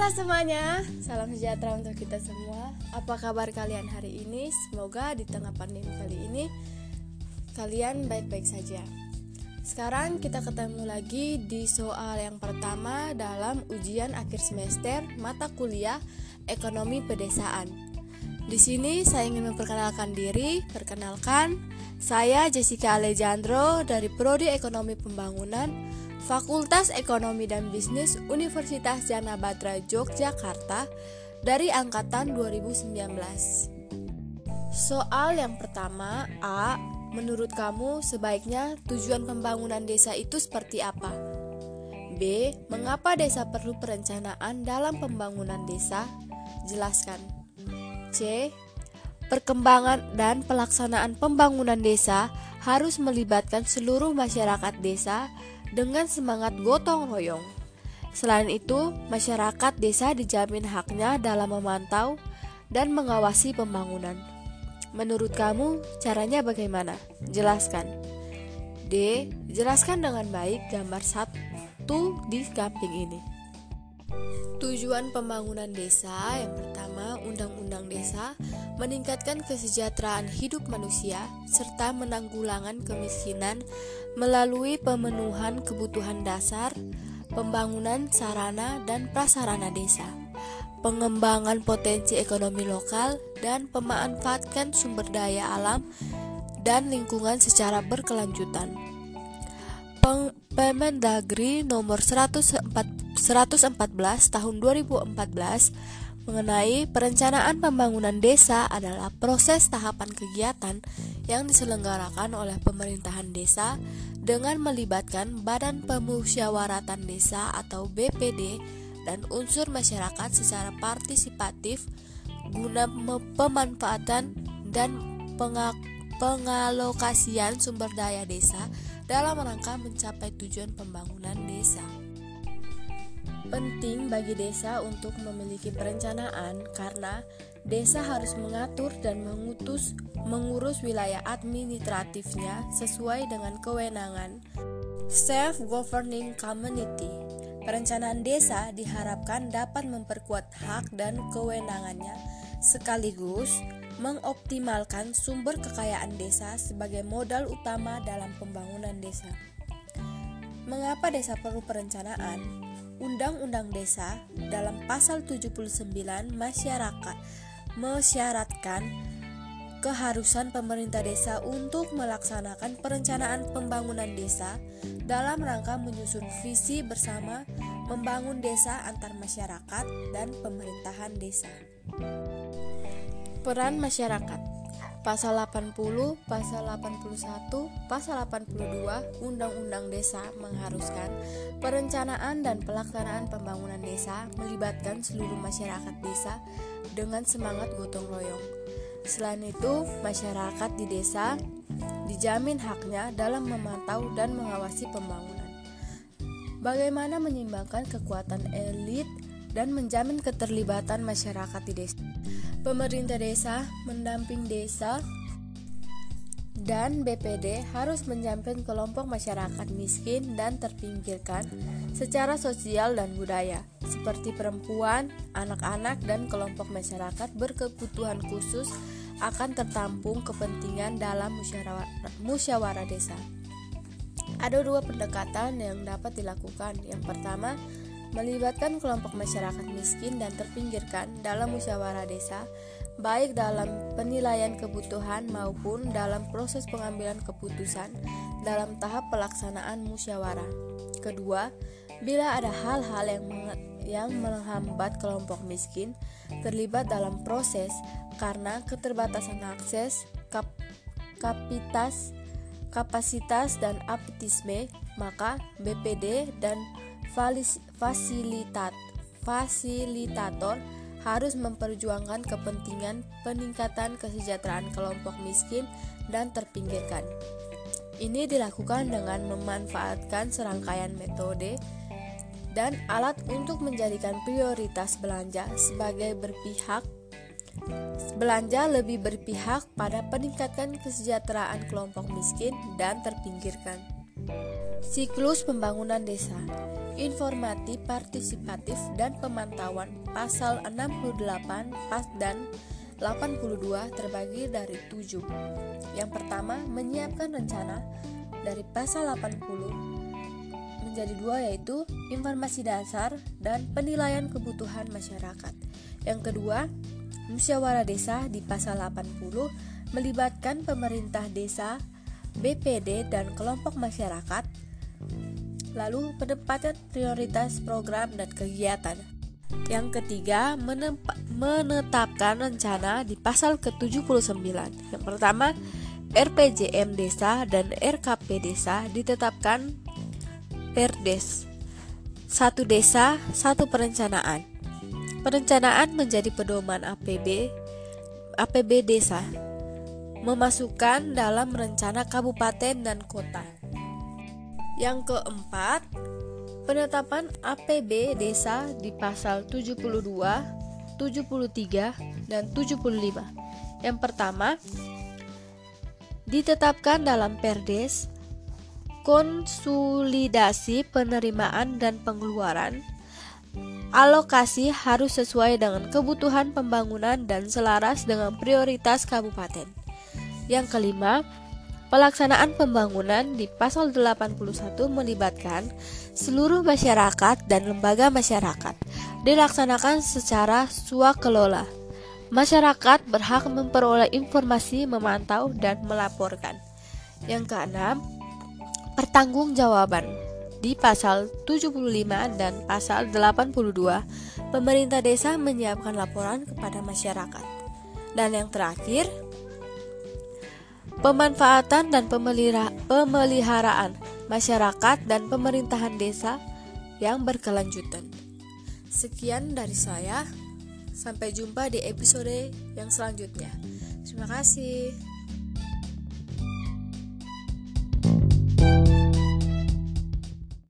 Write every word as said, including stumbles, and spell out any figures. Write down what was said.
Halo semuanya, salam sejahtera untuk kita semua. Apa kabar kalian hari ini? Semoga di tengah pandemi kali ini kalian baik-baik saja. Sekarang kita ketemu lagi di soal yang pertama dalam ujian akhir semester mata kuliah Ekonomi Pedesaan. Di sini saya ingin memperkenalkan diri. Perkenalkan, saya Jessica Alejandro dari Prodi Ekonomi Pembangunan, Fakultas Ekonomi dan Bisnis Universitas Djana Batra Yogyakarta dari angkatan dua ribu sembilan belas. Soal yang pertama, A. Menurut kamu sebaiknya tujuan pembangunan desa itu seperti apa? B. Mengapa desa perlu perencanaan dalam pembangunan desa? Jelaskan. C. Perkembangan dan pelaksanaan pembangunan desa harus melibatkan seluruh masyarakat desa dengan semangat gotong royong. Selain itu, masyarakat desa dijamin haknya dalam memantau dan mengawasi pembangunan. Menurut kamu, caranya bagaimana? Jelaskan. D. Jelaskan dengan baik gambar satu di samping ini. Tujuan pembangunan desa yang pertama, Undang-Undang Desa meningkatkan kesejahteraan hidup manusia serta menanggulangan kemiskinan melalui pemenuhan kebutuhan dasar, pembangunan sarana dan prasarana desa, pengembangan potensi ekonomi lokal, dan pemanfaatan sumber daya alam dan lingkungan secara berkelanjutan. Permendagri nomor seratus empat belas tahun dua ribu empat belas mengenai perencanaan pembangunan desa adalah proses tahapan kegiatan yang diselenggarakan oleh pemerintahan desa dengan melibatkan Badan Pemusyawaratan Desa atau B P D dan unsur masyarakat secara partisipatif guna pemanfaatan dan pengalokasian sumber daya desa dalam rangka mencapai tujuan pembangunan desa. Penting bagi desa untuk memiliki perencanaan karena desa harus mengatur dan mengutus, mengurus wilayah administratifnya sesuai dengan kewenangan self-governing community. Perencanaan desa diharapkan dapat memperkuat hak dan kewenangannya sekaligus mengoptimalkan sumber kekayaan desa sebagai modal utama dalam pembangunan desa. Mengapa desa perlu perencanaan? Undang-Undang Desa dalam pasal tujuh puluh sembilan masyarakat mensyaratkan keharusan pemerintah desa untuk melaksanakan perencanaan pembangunan desa dalam rangka menyusun visi bersama membangun desa antar masyarakat dan pemerintahan desa. Peran masyarakat. Pasal delapan puluh, Pasal delapan puluh satu, Pasal delapan puluh dua Undang-Undang Desa mengharuskan perencanaan dan pelaksanaan pembangunan desa melibatkan seluruh masyarakat desa dengan semangat gotong royong. Selain itu, masyarakat di desa dijamin haknya dalam memantau dan mengawasi pembangunan. Bagaimana menyeimbangkan kekuatan elit dan menjamin keterlibatan masyarakat di desa? Pemerintah desa, mendamping desa, dan B P D harus menjamin kelompok masyarakat miskin dan terpinggirkan secara sosial dan budaya, seperti perempuan, anak-anak, dan kelompok masyarakat berkebutuhan khusus akan tertampung kepentingan dalam musyawarah, musyawarah desa. Ada dua pendekatan yang dapat dilakukan. Yang pertama, melibatkan kelompok masyarakat miskin dan terpinggirkan dalam musyawarah desa, baik dalam penilaian kebutuhan maupun dalam proses pengambilan keputusan dalam tahap pelaksanaan musyawarah. Kedua, bila ada hal-hal yang yang menghambat kelompok miskin terlibat dalam proses karena keterbatasan akses, kap, kapitas, kapasitas dan aptisme, maka B P D dan Fasilitat, fasilitator harus memperjuangkan kepentingan peningkatan kesejahteraan kelompok miskin dan terpinggirkan. Ini dilakukan dengan memanfaatkan serangkaian metode dan alat untuk menjadikan prioritas belanja sebagai berpihak belanja lebih berpihak pada peningkatan kesejahteraan kelompok miskin dan terpinggirkan. Siklus pembangunan desa. informatif, partisipatif, dan pemantauan pasal enam puluh delapan pas dan delapan puluh dua terbagi dari tujuh. Yang pertama, menyiapkan rencana dari pasal delapan puluh menjadi dua, yaitu informasi dasar dan penilaian kebutuhan masyarakat. Yang kedua, musyawarah desa di pasal delapan puluh melibatkan pemerintah desa, B P D, dan kelompok masyarakat. Lalu, penempatan prioritas program dan kegiatan. Yang ketiga, menempa- menetapkan rencana di pasal ke tujuh puluh sembilan. Yang pertama, R P J M desa dan R K P desa ditetapkan Perdes. Satu desa, satu perencanaan. Perencanaan menjadi pedoman A P B A P B desa, memasukkan dalam rencana kabupaten dan kota. Yang keempat, penetapan A P B desa di pasal tujuh puluh dua, tujuh puluh tiga, dan tujuh puluh lima. Yang pertama, ditetapkan dalam Perdes konsolidasi penerimaan dan pengeluaran. Alokasi harus sesuai dengan kebutuhan pembangunan dan selaras dengan prioritas kabupaten. Yang kelima, pelaksanaan pembangunan di pasal delapan puluh satu melibatkan seluruh masyarakat dan lembaga masyarakat. Dilaksanakan secara swakelola. Masyarakat berhak memperoleh informasi, memantau, dan melaporkan. Yang keenam, pertanggungjawaban. Di pasal tujuh puluh lima dan pasal delapan puluh dua, pemerintah desa menyiapkan laporan kepada masyarakat. Dan yang terakhir, pemanfaatan dan pemelihara, pemeliharaan masyarakat dan pemerintahan desa yang berkelanjutan. Sekian dari saya. Sampai jumpa di episode yang selanjutnya. Terima kasih.